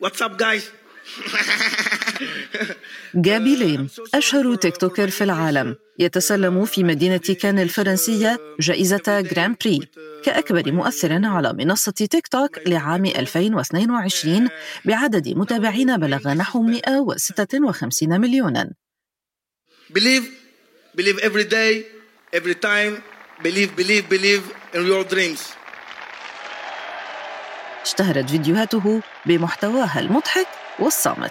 What's up guys? جابي ليم أشهر تيك توكر في العالم يتسلم في مدينة كان الفرنسية جائزة جران بري كأكبر مؤثر على منصة تيك توك لعام 2022 بعدد متابعين بلغ نحو 156 مليوناً. Believe every day, every time. Believe in your dreams. اشتهرت فيديوهاته بمحتواها المضحك والصامت.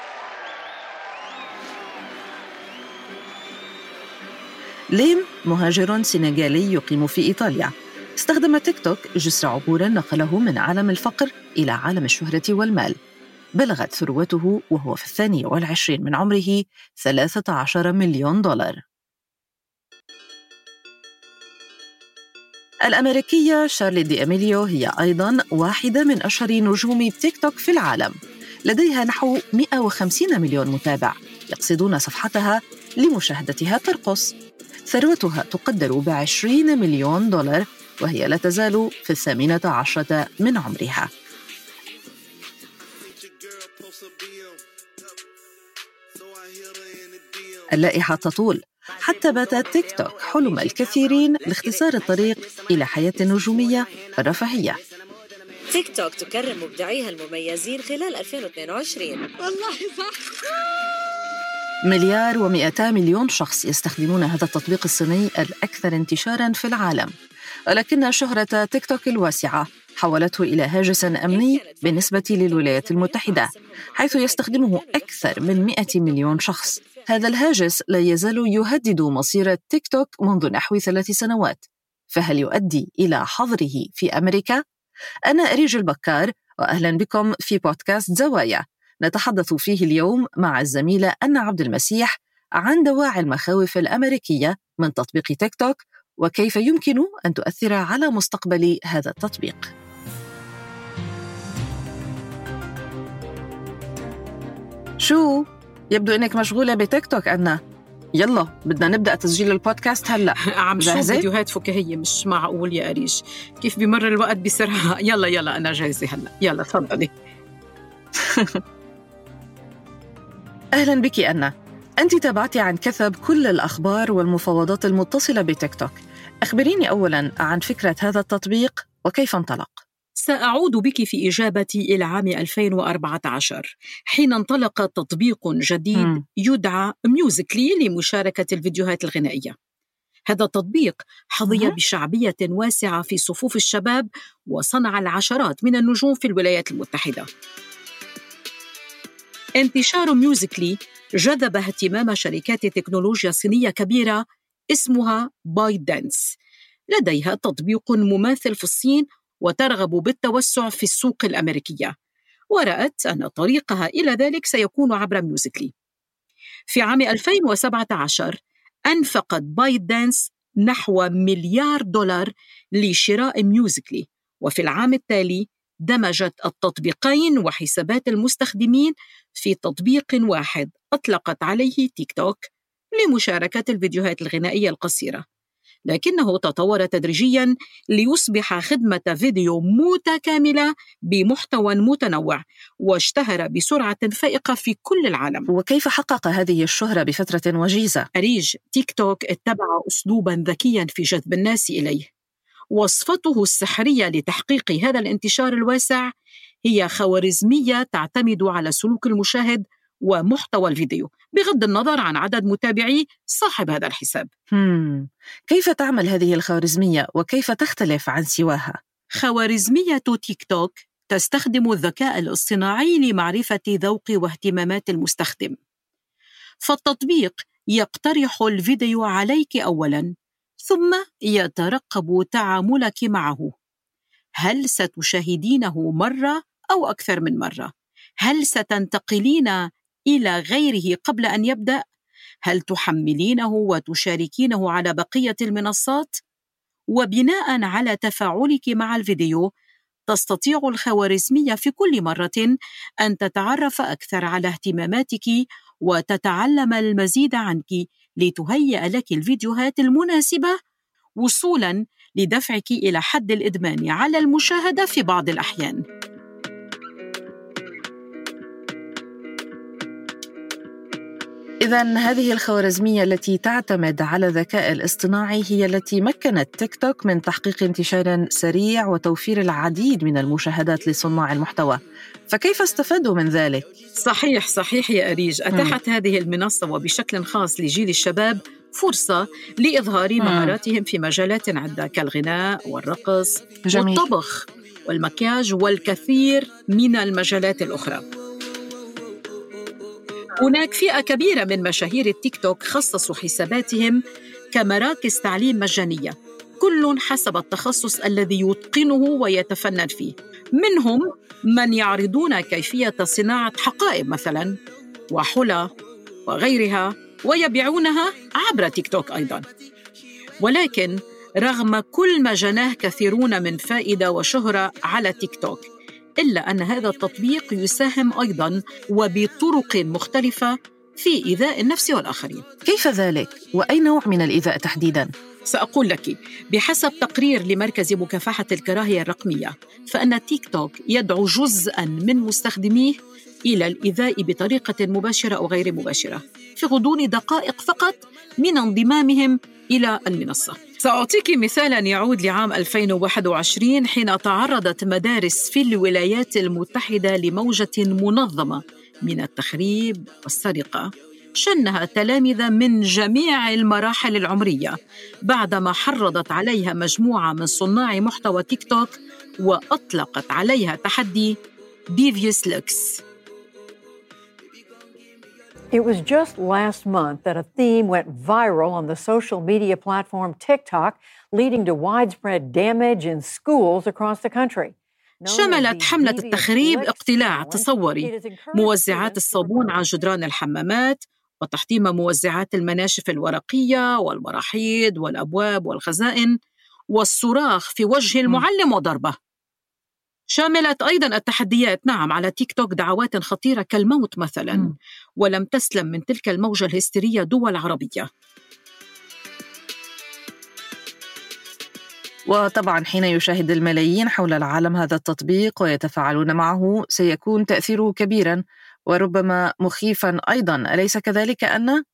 ليم مهاجر سنغالي يقيم في إيطاليا. استخدم تيك توك جسر عبور نقله من عالم الفقر إلى عالم الشهرة والمال. بلغت ثروته وهو في 22 من عمره 13 مليون دولار. الأمريكية شارلي دي أميليو هي أيضاً واحدة من أشهر نجوم تيك توك في العالم. لديها نحو 150 مليون متابع يقصدون صفحتها لمشاهدتها ترقص. ثروتها تقدر ب20 مليون دولار وهي لا تزال في 18 من عمرها. اللائحة تطول حتى بات تيك توك حلم الكثيرين لاختصار الطريق إلى حياة نجومية رفاهية. تيك توك تكرم مبدعيها المميزين خلال 2022. والله صح. 1,200,000,000 شخص يستخدمون هذا التطبيق الصيني الأكثر انتشاراً في العالم، ولكن شهرة تيك توك الواسعة حولته إلى هاجس أمني بالنسبة للولايات المتحدة، حيث يستخدمه أكثر من 100 مليون شخص. هذا الهاجس لا يزال يهدد مصير تيك توك منذ نحو 3 سنوات، فهل يؤدي إلى حظره في أمريكا؟ أنا أريج البكار وأهلا بكم في بودكاست زوايا، نتحدث فيه اليوم مع الزميلة أنا عبد المسيح عن دواعي المخاوف الأمريكية من تطبيق تيك توك وكيف يمكن أن تؤثر على مستقبل هذا التطبيق. شو؟ يبدو أنك مشغولة بتيك توك أنا. يلا بدنا نبدأ تسجيل البودكاست هلأ. عم شوف فيديوهات فكاهية، مش معقول يا أريج كيف بمر الوقت بسرعة. يلا أنا جاهزة هلأ، يلا تفضلي. أهلا بك أنا. أنت تابعتي عن كثب كل الأخبار والمفاوضات المتصلة بتيك توك. أخبريني أولا عن فكرة هذا التطبيق وكيف انطلق. سأعود بك في إجابتي إلى عام 2014 حين انطلق تطبيق جديد يدعى ميوزيكلي لمشاركة الفيديوهات الغنائية. هذا التطبيق حظي بشعبية واسعة في صفوف الشباب وصنع العشرات من النجوم في الولايات المتحدة. انتشار ميوزيكلي جذب اهتمام شركات تكنولوجيا صينية كبيرة اسمها بايت دانس. لديها تطبيق مماثل في الصين وترغب بالتوسع في السوق الأمريكية، ورأت أن طريقها إلى ذلك سيكون عبر ميوزيكلي. في عام 2017 أنفقت بايت دانس نحو $1,000,000,000 لشراء ميوزيكلي، وفي العام التالي دمجت التطبيقين وحسابات المستخدمين في تطبيق واحد أطلقت عليه تيك توك لمشاركة الفيديوهات الغنائية القصيرة، لكنه تطور تدريجياً ليصبح خدمة فيديو متكاملة بمحتوى متنوع، واشتهر بسرعة فائقة في كل العالم. وكيف حقق هذه الشهرة بفترة وجيزة؟ أريج، تيك توك اتبع أسلوباً ذكياً في جذب الناس إليه. وصفته السحرية لتحقيق هذا الانتشار الواسع هي خوارزمية تعتمد على سلوك المشاهد ومحتوى الفيديو بغض النظر عن عدد متابعي صاحب هذا الحساب. كيف تعمل هذه الخوارزمية وكيف تختلف عن سواها؟ خوارزمية تيك توك تستخدم الذكاء الاصطناعي لمعرفة ذوق واهتمامات المستخدم. فالتطبيق يقترح الفيديو عليك أولاً، ثم يترقب تعاملك معه. هل ستشاهدينه مرة أو أكثر من مرة؟ هل ستنتقلين إلى غيره قبل أن يبدأ؟ هل تحملينه وتشاركينه على بقية المنصات؟ وبناء على تفاعلك مع الفيديو تستطيع الخوارزمية في كل مرة أن تتعرف أكثر على اهتماماتك وتتعلم المزيد عنك لتهيئ لك الفيديوهات المناسبة وصولاً لدفعك إلى حد الإدمان على المشاهدة في بعض الأحيان. إذن هذه الخوارزمية التي تعتمد على الذكاء الاصطناعي هي التي مكنت تيك توك من تحقيق انتشار سريع وتوفير العديد من المشاهدات لصناع المحتوى. فكيف استفادوا من ذلك؟ صحيح يا أريج. أتاحت هذه المنصة وبشكل خاص لجيل الشباب فرصة لإظهار مهاراتهم في مجالات عدة كالغناء والرقص والطبخ والمكياج والكثير من المجالات الأخرى. هناك فئة كبيرة من مشاهير التيك توك خصصوا حساباتهم كمراكز تعليم مجانية، كل حسب التخصص الذي يتقنه ويتفنن فيه. منهم من يعرضون كيفية صناعة حقائب مثلاً وحلى وغيرها ويبيعونها عبر تيك توك أيضاً. ولكن رغم كل ما جناه كثيرون من فائدة وشهرة على تيك توك، إلا أن هذا التطبيق يساهم أيضاً وبطرق مختلفة في إيذاء النفس والآخرين. كيف ذلك؟ وأي نوع من الإيذاء تحديداً؟ سأقول لك، بحسب تقرير لمركز مكافحة الكراهية الرقمية، فإن تيك توك يدعو جزءاً من مستخدميه إلى الإيذاء بطريقة مباشرة أو غير مباشرة في غضون دقائق فقط من انضمامهم إلى المنصة. سأعطيك مثالاً يعود لعام 2021 حين تعرضت مدارس في الولايات المتحدة لموجة منظمة من التخريب والسرقة شنها تلامذة من جميع المراحل العمرية بعدما حرضت عليها مجموعة من صناع محتوى تيك توك وأطلقت عليها تحدي Devious Looks. It was just last month that a theme went viral on the social media platform TikTok, leading to widespread damage in schools across the country. شملت حملة التخريب اقتلاع تصوري موزعات الصابون عن جدران الحمامات وتحطيم موزعات المناشف الورقية والمراحيض والأبواب والخزائن والصراخ في وجه المعلم وضربه. شاملت أيضاً التحديات على تيك توك دعوات خطيرة كالموت مثلاً، ولم تسلم من تلك الموجة الهستيرية دول عربية. وطبعاً حين يشاهد الملايين حول العالم هذا التطبيق ويتفاعلون معه سيكون تأثيره كبيراً وربما مخيفاً أيضاً، أليس كذلك أن؟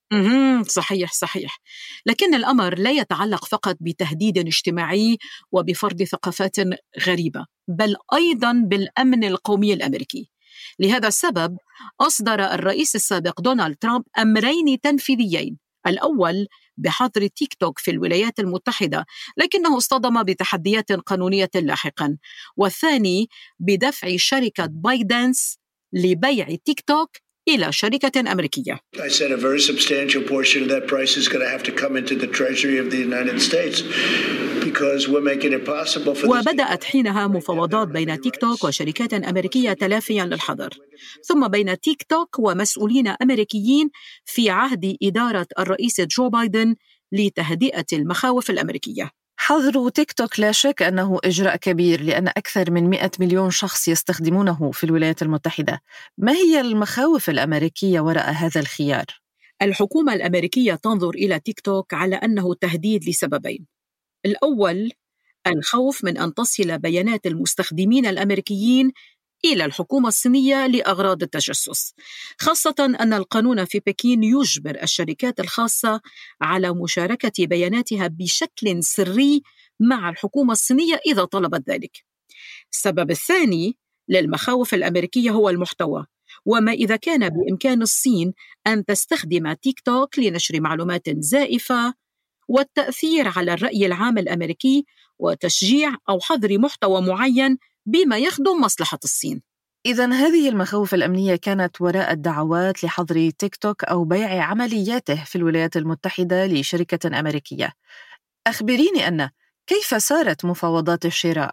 صحيح. لكن الأمر لا يتعلق فقط بتهديد اجتماعي وبفرض ثقافات غريبة، بل أيضاً بالأمن القومي الأمريكي. لهذا السبب أصدر الرئيس السابق دونالد ترامب أمرين تنفيذيين: الأول بحظر تيك توك في الولايات المتحدة لكنه اصطدم بتحديات قانونية لاحقاً، والثاني بدفع شركة بايدنس لبيع تيك توك إلى شركة أمريكية. I said a very substantial portion of that price is going to have to come into the treasury of the United States because we're making it possible for. وبدأت حينها مفاوضات بين تيك توك وشركات أمريكية تلافيا للحظر، ثم بين تيك توك ومسؤولين أمريكيين في عهد إدارة الرئيس جو بايدن لتهدئة المخاوف الأمريكية. حظر تيك توك لا شك أنه إجراء كبير لأن أكثر من 100 مليون شخص يستخدمونه في الولايات المتحدة. ما هي المخاوف الأمريكية وراء هذا الخيار؟ الحكومة الأمريكية تنظر إلى تيك توك على أنه تهديد لسببين: الأول الخوف من أن تصل بيانات المستخدمين الأمريكيين إلى الحكومة الصينية لأغراض التجسس، خاصة أن القانون في بكين يجبر الشركات الخاصة على مشاركة بياناتها بشكل سري مع الحكومة الصينية إذا طلبت ذلك. السبب الثاني للمخاوف الأمريكية هو المحتوى، وما إذا كان بإمكان الصين أن تستخدم تيك توك لنشر معلومات زائفة والتأثير على الرأي العام الأمريكي وتشجيع أو حظر محتوى معين بما يخدم مصلحة الصين. إذن هذه المخاوف الأمنية كانت وراء الدعوات لحظر تيك توك أو بيع عملياته في الولايات المتحدة لشركة أمريكية. أخبريني كيف سارت مفاوضات الشراء؟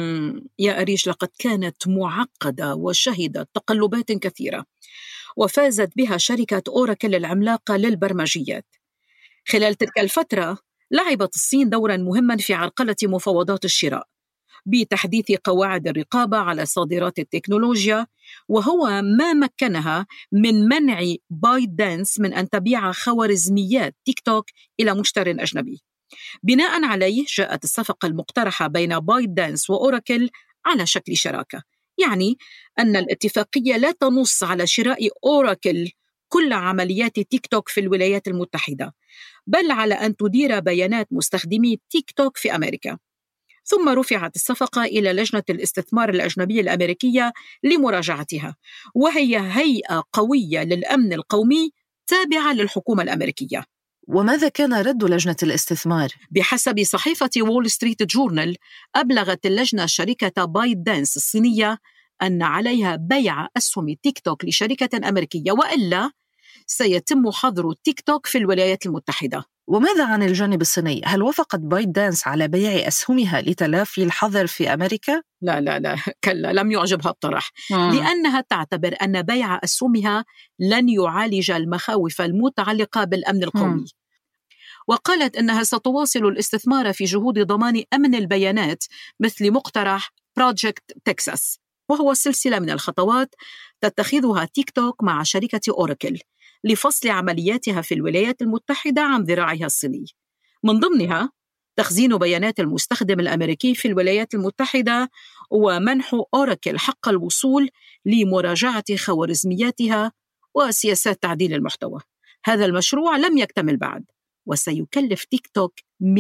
يا أريش، لقد كانت معقدة وشهدت تقلبات كثيرة، وفازت بها شركة أوراكل العملاقة للبرمجيات. خلال تلك الفترة لعبت الصين دورا مهما في عرقلة مفاوضات الشراء بتحديث قواعد الرقابة على صادرات التكنولوجيا، وهو ما مكنها من منع بايدنس من أن تبيع خوارزميات تيك توك إلى مشتر أجنبي. بناء عليه جاءت الصفقة المقترحة بين بايدنس وأوراكل على شكل شراكة، يعني أن الاتفاقية لا تنص على شراء أوراكل كل عمليات تيك توك في الولايات المتحدة، بل على أن تدير بيانات مستخدمي تيك توك في أمريكا. ثم رفعت الصفقة إلى لجنة الاستثمار الأجنبية الأمريكية لمراجعتها، وهي هيئة قوية للأمن القومي تابعة للحكومة الأمريكية. وماذا كان رد لجنة الاستثمار؟ بحسب صحيفة وول ستريت جورنال، أبلغت اللجنة شركة بايت دانس الصينية أن عليها بيع أسهم تيك توك لشركة أمريكية، وإلا سيتم حظر تيك توك في الولايات المتحدة. وماذا عن الجانب الصيني؟ هل وافقت بايت دانس على بيع أسهمها لتلافي الحظر في أمريكا؟ لا كلا، لم يعجبها الطرح، لأنها تعتبر أن بيع أسهمها لن يعالج المخاوف المتعلقة بالأمن القومي. وقالت أنها ستواصل الاستثمار في جهود ضمان أمن البيانات مثل مقترح بروجكت تكساس، وهو سلسلة من الخطوات تتخذها تيك توك مع شركة أوراكل لفصل عملياتها في الولايات المتحدة عن ذراعها الصيني، من ضمنها تخزين بيانات المستخدم الأمريكي في الولايات المتحدة ومنح أوراكل حق الوصول لمراجعة خوارزمياتها وسياسات تعديل المحتوى. هذا المشروع لم يكتمل بعد، وسيكلف تيك توك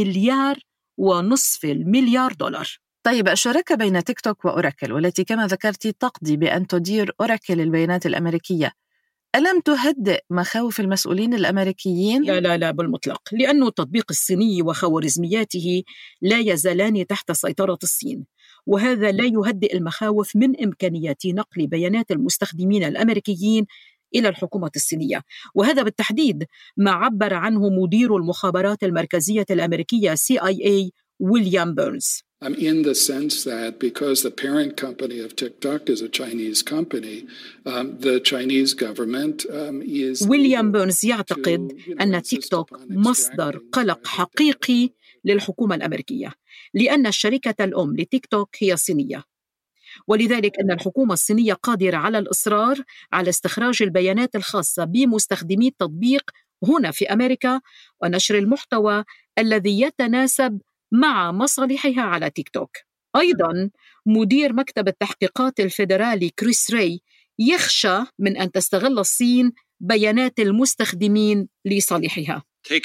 $1.5 مليار. طيب، الشراكة بين تيك توك وأوراكل، والتي كما ذكرت تقضي بأن تدير أوراكل البيانات الأمريكية، ألم تهدئ مخاوف المسؤولين الأمريكيين؟ لا بالمطلق، لأن التطبيق الصيني وخوارزمياته لا يزالان تحت سيطرة الصين، وهذا لا يهدئ المخاوف من إمكانية نقل بيانات المستخدمين الأمريكيين إلى الحكومة الصينية. وهذا بالتحديد ما عبر عنه مدير المخابرات المركزية الأمريكية CIA ويليام بيرنز. In the sense that because the parent company of TikTok is a Chinese company, the Chinese government is. ويليام بيرنز يعتقد أن تيك توك مصدر قلق حقيقي للحكومة الأمريكية، لأن الشركة الأم لتيك توك هي صينية، ولذلك أن الحكومة الصينية قادرة على الإصرار على استخراج البيانات الخاصة بمستخدمي التطبيق هنا في أمريكا ونشر المحتوى الذي يتناسب مع مصالحها على تيك توك. أيضاً مدير مكتب التحقيقات الفيدرالي كريس راي يخشى من أن تستغل الصين بيانات المستخدمين لصالحها.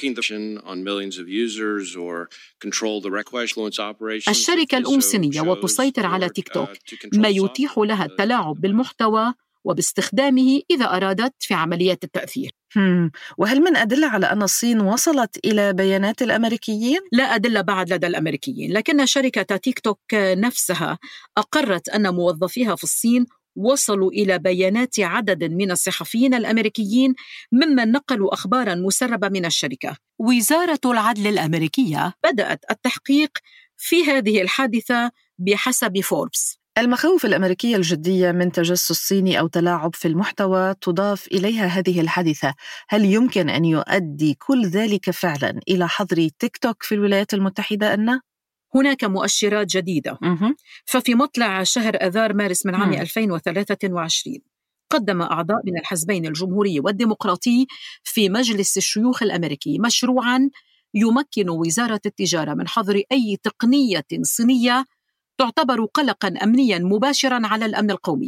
الشركة الأم صينية وتسيطر على تيك توك، ما يتيح لها التلاعب بالمحتوى وباستخدامه إذا أرادت في عمليات التأثير. وهل من أدلة على أن الصين وصلت إلى بيانات الأمريكيين؟ لا أدلة بعد لدى الأمريكيين، لكن شركة تيك توك نفسها أقرت أن موظفيها في الصين وصلوا إلى بيانات عدد من الصحفيين الأمريكيين ممن نقلوا أخباراً مسربة من الشركة. وزارة العدل الأمريكية بدأت التحقيق في هذه الحادثة بحسب فوربس. المخاوف الأمريكية الجدية من تجسس صيني أو تلاعب في المحتوى تضاف إليها هذه الحادثة، هل يمكن أن يؤدي كل ذلك فعلاً إلى حظر تيك توك في الولايات المتحدة أن؟ هناك مؤشرات جديدة. ففي مطلع شهر أذار مارس من عام 2023 قدم أعضاء من الحزبين الجمهوري والديمقراطي في مجلس الشيوخ الأمريكي مشروعاً يمكن وزارة التجارة من حظر أي تقنية صينية تعتبر قلقاً أمنياً مباشراً على الأمن القومي.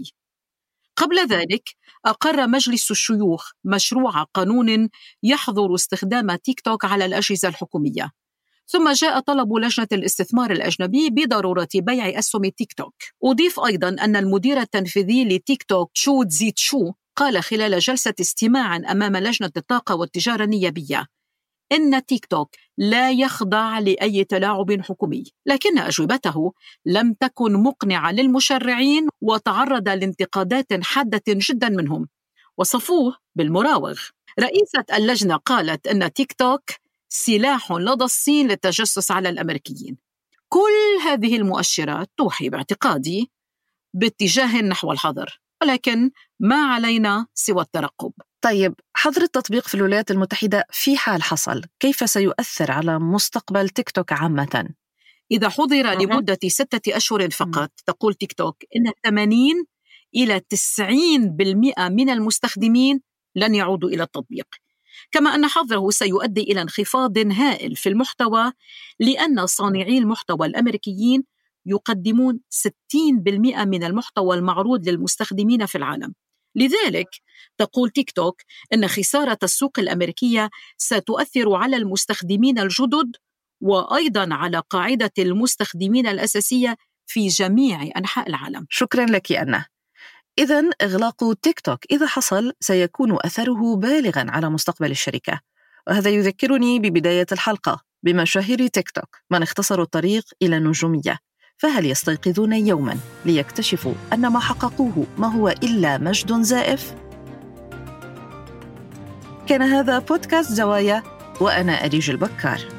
قبل ذلك أقر مجلس الشيوخ مشروع قانون يحظر استخدام تيك توك على الأجهزة الحكومية، ثم جاء طلب لجنة الاستثمار الأجنبي بضرورة بيع أسهم تيك توك. أضيف أيضاً أن المدير التنفيذي لتيك توك شو زيت شو قال خلال جلسة استماع أمام لجنة الطاقة والتجارة النيابية إن تيك توك لا يخضع لأي تلاعب حكومي، لكن أجوبته لم تكن مقنعة للمشرعين وتعرض لانتقادات حادة جدا منهم، وصفوه بالمراوغ. رئيسة اللجنة قالت أن تيك توك سلاح لدى الصين للتجسس على الأمريكيين. كل هذه المؤشرات توحي باعتقادي باتجاه نحو الحظر، ولكن ما علينا سوى الترقب. طيب، حظر التطبيق في الولايات المتحدة في حال حصل، كيف سيؤثر على مستقبل تيك توك عامة؟ إذا حظر لمدة 6 أشهر فقط، تقول تيك توك إن 80 إلى 90% من المستخدمين لن يعودوا إلى التطبيق، كما أن حظره سيؤدي إلى انخفاض هائل في المحتوى، لأن صانعي المحتوى الأمريكيين يقدمون 60% من المحتوى المعروض للمستخدمين في العالم. لذلك تقول تيك توك أن خسارة السوق الأمريكية ستؤثر على المستخدمين الجدد وأيضاً على قاعدة المستخدمين الأساسية في جميع أنحاء العالم. شكراً لك أنا. إذن إغلاق تيك توك إذا حصل سيكون أثره بالغاً على مستقبل الشركة، وهذا يذكرني ببداية الحلقة بمشاهير تيك توك من اختصروا الطريق إلى النجومية، فهل يستيقظون يوماً ليكتشفوا أن ما حققوه ما هو إلا مجد زائف؟ كان هذا بودكاست زوايا وأنا أريج البكار.